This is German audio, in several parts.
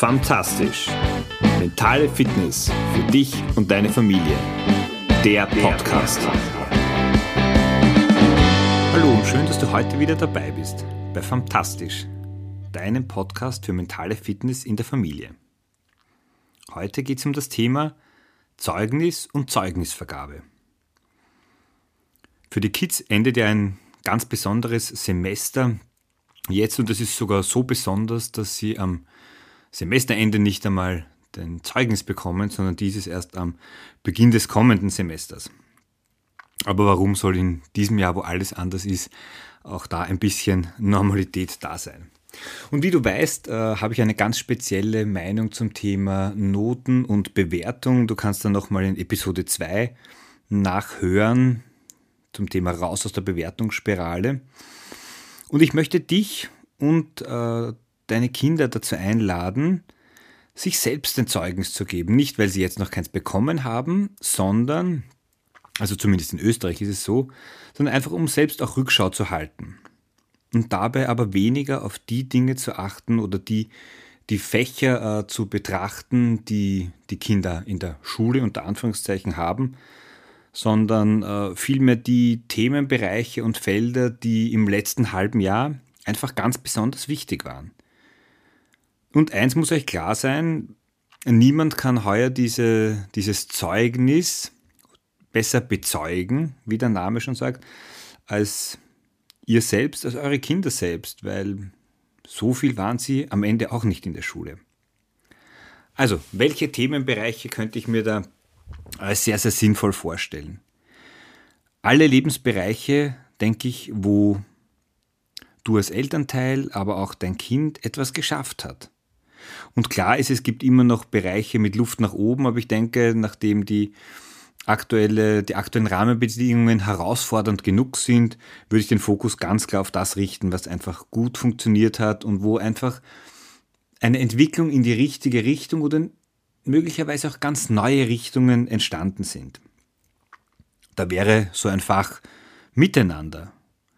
Fantastisch. Mentale Fitness für dich und deine Familie. Der Podcast. Hallo und schön, dass du heute wieder dabei bist bei Fantastisch, deinem Podcast für mentale Fitness in der Familie. Heute geht es um das Thema Zeugnis und Zeugnisvergabe. Für die Kids endet ja ein ganz besonderes Semester jetzt, und das ist sogar so besonders, dass sie am Semesterende nicht einmal den Zeugnis bekommen, sondern dieses erst am Beginn des kommenden Semesters. Aber warum soll in diesem Jahr, wo alles anders ist, auch da ein bisschen Normalität da sein? Und wie du weißt, habe ich eine ganz spezielle Meinung zum Thema Noten und Bewertung. Du kannst dann nochmal in Episode 2 nachhören zum Thema Raus aus der Bewertungsspirale. Und ich möchte dich und deine Kinder dazu einladen, sich selbst ein Zeugnis zu geben. Nicht, weil sie jetzt noch keins bekommen haben, sondern, also zumindest in Österreich ist es so, sondern einfach, um selbst auch Rückschau zu halten. Und dabei aber weniger auf die Dinge zu achten oder die Fächer zu betrachten, die die Kinder in der Schule unter Anführungszeichen haben, sondern vielmehr die Themenbereiche und Felder, die im letzten halben Jahr einfach ganz besonders wichtig waren. Und eins muss euch klar sein, niemand kann heuer dieses Zeugnis besser bezeugen, wie der Name schon sagt, als ihr selbst, als eure Kinder selbst, weil so viel waren sie am Ende auch nicht in der Schule. Also, welche Themenbereiche könnte ich mir da als sehr, sehr sinnvoll vorstellen? Alle Lebensbereiche, denke ich, wo du als Elternteil, aber auch dein Kind etwas geschafft hat. Und klar ist, es gibt immer noch Bereiche mit Luft nach oben, aber ich denke, nachdem die aktuellen Rahmenbedingungen herausfordernd genug sind, würde ich den Fokus ganz klar auf das richten, was einfach gut funktioniert hat und wo einfach eine Entwicklung in die richtige Richtung oder möglicherweise auch ganz neue Richtungen entstanden sind. Da wäre so ein Fach Miteinander.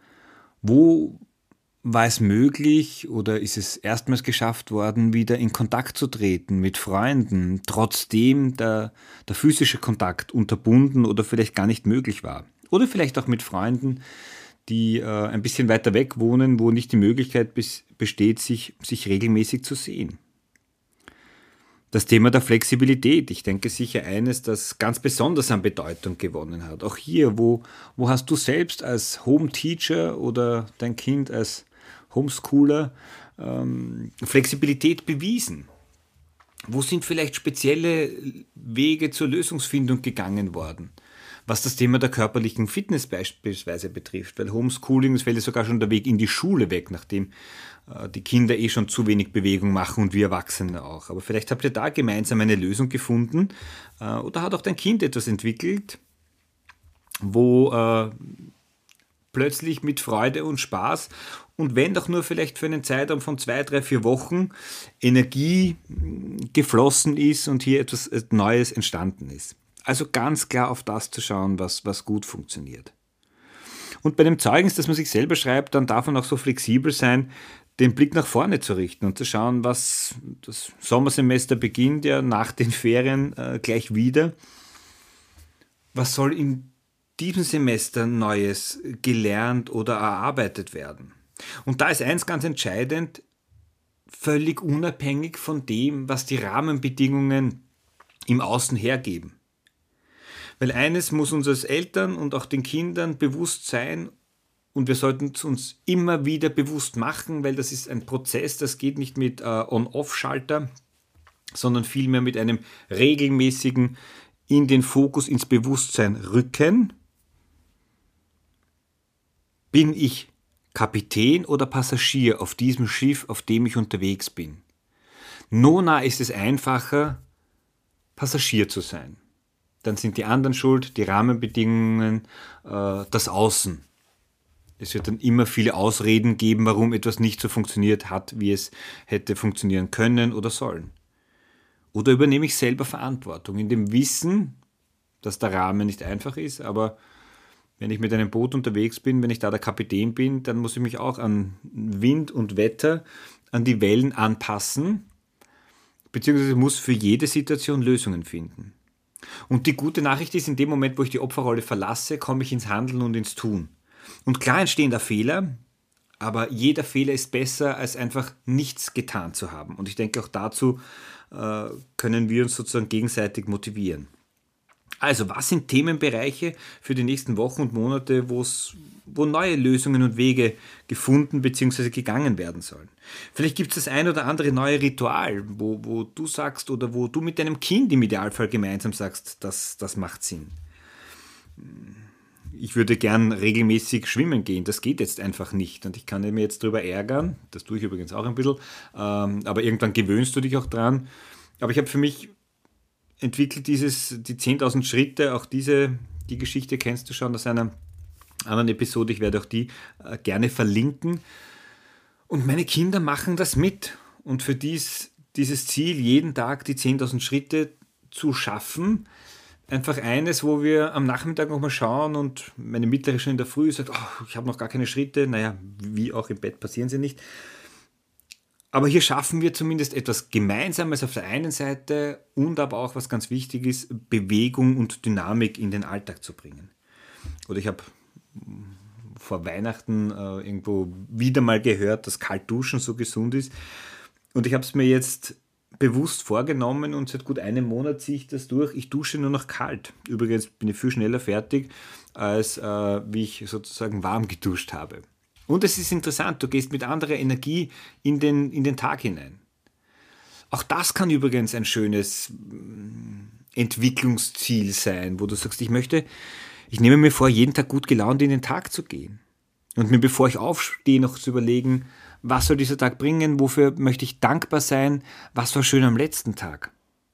Wo war es möglich oder ist es erstmals geschafft worden, wieder in Kontakt zu treten mit Freunden, trotzdem der physische Kontakt unterbunden oder vielleicht gar nicht möglich war? Oder vielleicht auch mit Freunden, die ein bisschen weiter weg wohnen, wo nicht die Möglichkeit besteht, sich regelmäßig zu sehen. Das Thema der Flexibilität, ich denke sicher eines, das ganz besonders an Bedeutung gewonnen hat. Auch hier, wo hast du selbst als Home Teacher oder dein Kind als Homeschooler Flexibilität bewiesen? Wo sind vielleicht spezielle Wege zur Lösungsfindung gegangen worden? Was das Thema der körperlichen Fitness beispielsweise betrifft, weil Homeschooling, es fällt ja sogar schon der Weg in die Schule weg, nachdem die Kinder schon zu wenig Bewegung machen und wir Erwachsene auch. Aber vielleicht habt ihr da gemeinsam eine Lösung gefunden oder hat auch dein Kind etwas entwickelt, wo plötzlich mit Freude und Spaß und wenn doch nur vielleicht für einen Zeitraum von 2, 3, 4 Wochen Energie geflossen ist und hier etwas Neues entstanden ist. Also ganz klar auf das zu schauen, was gut funktioniert. Und bei dem Zeugnis, das man sich selber schreibt, dann darf man auch so flexibel sein, den Blick nach vorne zu richten und zu schauen, was das Sommersemester beginnt ja nach den Ferien gleich wieder. Was soll in diesem Semester Neues gelernt oder erarbeitet werden? Und da ist eins ganz entscheidend, völlig unabhängig von dem, was die Rahmenbedingungen im Außen hergeben. Weil eines muss uns als Eltern und auch den Kindern bewusst sein und wir sollten es uns immer wieder bewusst machen, weil das ist ein Prozess, das geht nicht mit On-Off-Schalter, sondern vielmehr mit einem regelmäßigen in den Fokus, ins Bewusstsein rücken. Bin ich Kapitän oder Passagier auf diesem Schiff, auf dem ich unterwegs bin? Nona ist es einfacher, Passagier zu sein. Dann sind die anderen schuld, die Rahmenbedingungen, das Außen. Es wird dann immer viele Ausreden geben, warum etwas nicht so funktioniert hat, wie es hätte funktionieren können oder sollen. Oder übernehme ich selber Verantwortung in dem Wissen, dass der Rahmen nicht einfach ist, aber wenn ich mit einem Boot unterwegs bin, wenn ich da der Kapitän bin, dann muss ich mich auch an Wind und Wetter, an die Wellen anpassen beziehungsweise muss für jede Situation Lösungen finden. Und die gute Nachricht ist, in dem Moment, wo ich die Opferrolle verlasse, komme ich ins Handeln und ins Tun. Und klar entstehen da Fehler, aber jeder Fehler ist besser, als einfach nichts getan zu haben. Und ich denke, auch dazu können wir uns sozusagen gegenseitig motivieren. Also, was sind Themenbereiche für die nächsten Wochen und Monate, wo neue Lösungen und Wege gefunden bzw. gegangen werden sollen? Vielleicht gibt es das ein oder andere neue Ritual, wo du sagst oder wo du mit deinem Kind im Idealfall gemeinsam sagst, das macht Sinn. Ich würde gern regelmäßig schwimmen gehen, das geht jetzt einfach nicht und ich kann mir jetzt darüber ärgern, das tue ich übrigens auch ein bisschen, aber irgendwann gewöhnst du dich auch dran. Aber ich habe für mich entwickelt die 10.000 Schritte, auch die Geschichte kennst du schon aus einer anderen Episode, ich werde auch die gerne verlinken. Und meine Kinder machen das mit. Und für dieses Ziel, jeden Tag die 10.000 Schritte zu schaffen, einfach eines, wo wir am Nachmittag nochmal schauen und meine Mittlere schon in der Früh sagt, oh, ich habe noch gar keine Schritte, naja, wie auch im Bett passieren sie nicht. Aber hier schaffen wir zumindest etwas Gemeinsames auf der einen Seite und aber auch, was ganz wichtig ist, Bewegung und Dynamik in den Alltag zu bringen. Oder ich habe vor Weihnachten irgendwo wieder mal gehört, dass kalt duschen so gesund ist. Und ich habe es mir jetzt bewusst vorgenommen und seit gut einem Monat ziehe ich das durch. Ich dusche nur noch kalt. Übrigens bin ich viel schneller fertig, als wie ich sozusagen warm geduscht habe. Und es ist interessant, du gehst mit anderer Energie in den Tag hinein. Auch das kann übrigens ein schönes Entwicklungsziel sein, wo du sagst, ich nehme mir vor, jeden Tag gut gelaunt in den Tag zu gehen. Und mir, bevor ich aufstehe, noch zu überlegen, was soll dieser Tag bringen, wofür möchte ich dankbar sein, was war schön am letzten Tag.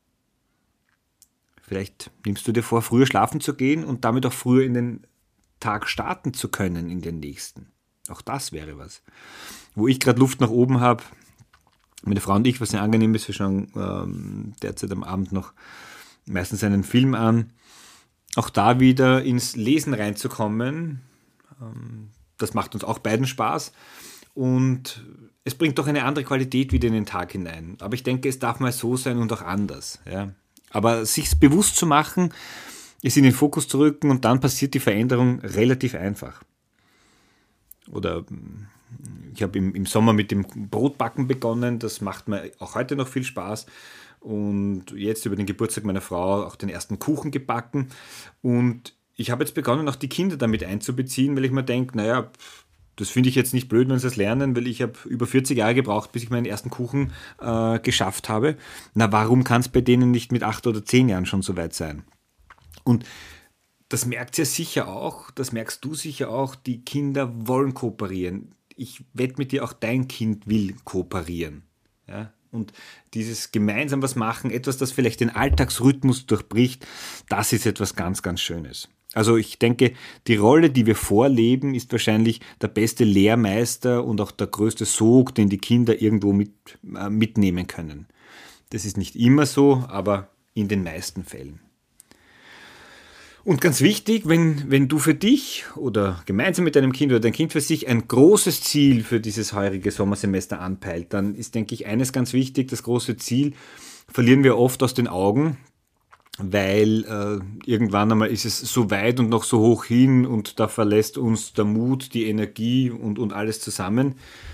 Vielleicht nimmst du dir vor, früher schlafen zu gehen und damit auch früher in den Tag starten zu können, in den nächsten. Auch das wäre was. Wo ich gerade Luft nach oben habe, meine Frau und ich, was sehr angenehm ist, wir schauen derzeit am Abend noch meistens einen Film an. Auch da wieder ins Lesen reinzukommen, das macht uns auch beiden Spaß und es bringt doch eine andere Qualität wieder in den Tag hinein. Aber ich denke, es darf mal so sein und auch anders. Ja. Aber sich bewusst zu machen, es in den Fokus zu rücken und dann passiert die Veränderung relativ einfach. Oder ich habe im Sommer mit dem Brotbacken begonnen, das macht mir auch heute noch viel Spaß. Und jetzt über den Geburtstag meiner Frau auch den ersten Kuchen gebacken. Und ich habe jetzt begonnen, auch die Kinder damit einzubeziehen, weil ich mir denke, naja, das finde ich jetzt nicht blöd, wenn sie das lernen, weil ich habe über 40 Jahre gebraucht, bis ich meinen ersten Kuchen geschafft habe. Na, warum kann es bei denen nicht mit 8 oder 10 Jahren schon so weit sein? Und das merkt ihr sicher auch, das merkst du sicher auch, die Kinder wollen kooperieren. Ich wette mit dir, auch dein Kind will kooperieren. Ja? Und dieses gemeinsam was machen, etwas, das vielleicht den Alltagsrhythmus durchbricht, das ist etwas ganz, ganz Schönes. Also ich denke, die Rolle, die wir vorleben, ist wahrscheinlich der beste Lehrmeister und auch der größte Sog, den die Kinder irgendwo mitnehmen können. Das ist nicht immer so, aber in den meisten Fällen. Und ganz wichtig, wenn du für dich oder gemeinsam mit deinem Kind oder dein Kind für sich ein großes Ziel für dieses heurige Sommersemester anpeilt, dann ist, denke ich, eines ganz wichtig, das große Ziel verlieren wir oft aus den Augen, weil irgendwann einmal ist es so weit und noch so hoch hin und da verlässt uns der Mut, die Energie und alles zusammen.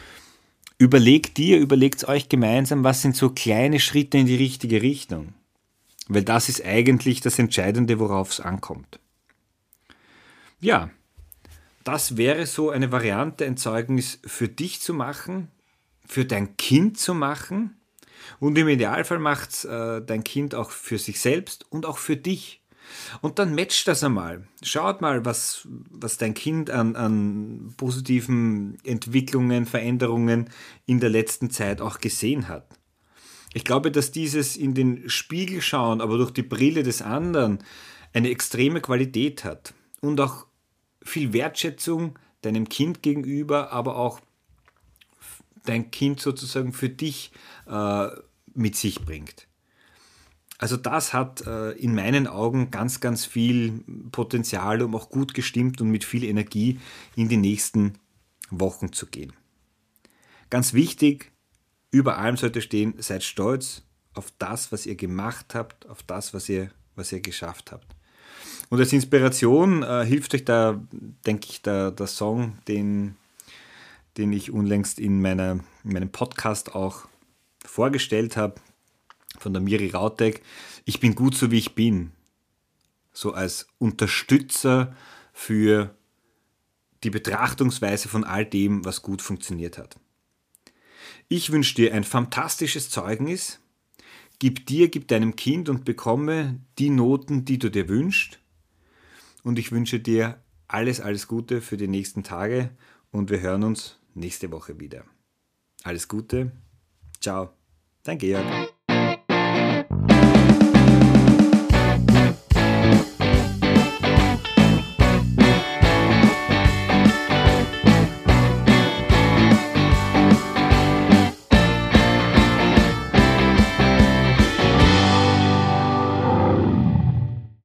Überlegt euch gemeinsam, was sind so kleine Schritte in die richtige Richtung. Weil das ist eigentlich das Entscheidende, worauf es ankommt. Ja, das wäre so eine Variante, ein Zeugnis für dich zu machen, für dein Kind zu machen und im Idealfall macht es dein Kind auch für sich selbst und auch für dich. Und dann matcht das einmal. Schaut mal, was dein Kind an positiven Entwicklungen, Veränderungen in der letzten Zeit auch gesehen hat. Ich glaube, dass dieses in den Spiegel schauen, aber durch die Brille des anderen, eine extreme Qualität hat und auch viel Wertschätzung deinem Kind gegenüber, aber auch dein Kind sozusagen für dich mit sich bringt. Also das hat in meinen Augen ganz, ganz viel Potenzial, um auch gut gestimmt und mit viel Energie in die nächsten Wochen zu gehen. Ganz wichtig, über allem sollte stehen, seid stolz auf das, was ihr gemacht habt, auf das, was ihr geschafft habt. Und als Inspiration hilft euch da, denke ich, der Song, den ich unlängst in meinem Podcast auch vorgestellt habe, von der Miri Rautek. Ich bin gut so wie ich bin. So als Unterstützer für die Betrachtungsweise von all dem, was gut funktioniert hat. Ich wünsche dir ein fantastisches Zeugnis. Gib deinem Kind und bekomme die Noten, die du dir wünschst. Und ich wünsche dir alles, alles Gute für die nächsten Tage und wir hören uns nächste Woche wieder. Alles Gute. Ciao. Dein Georg.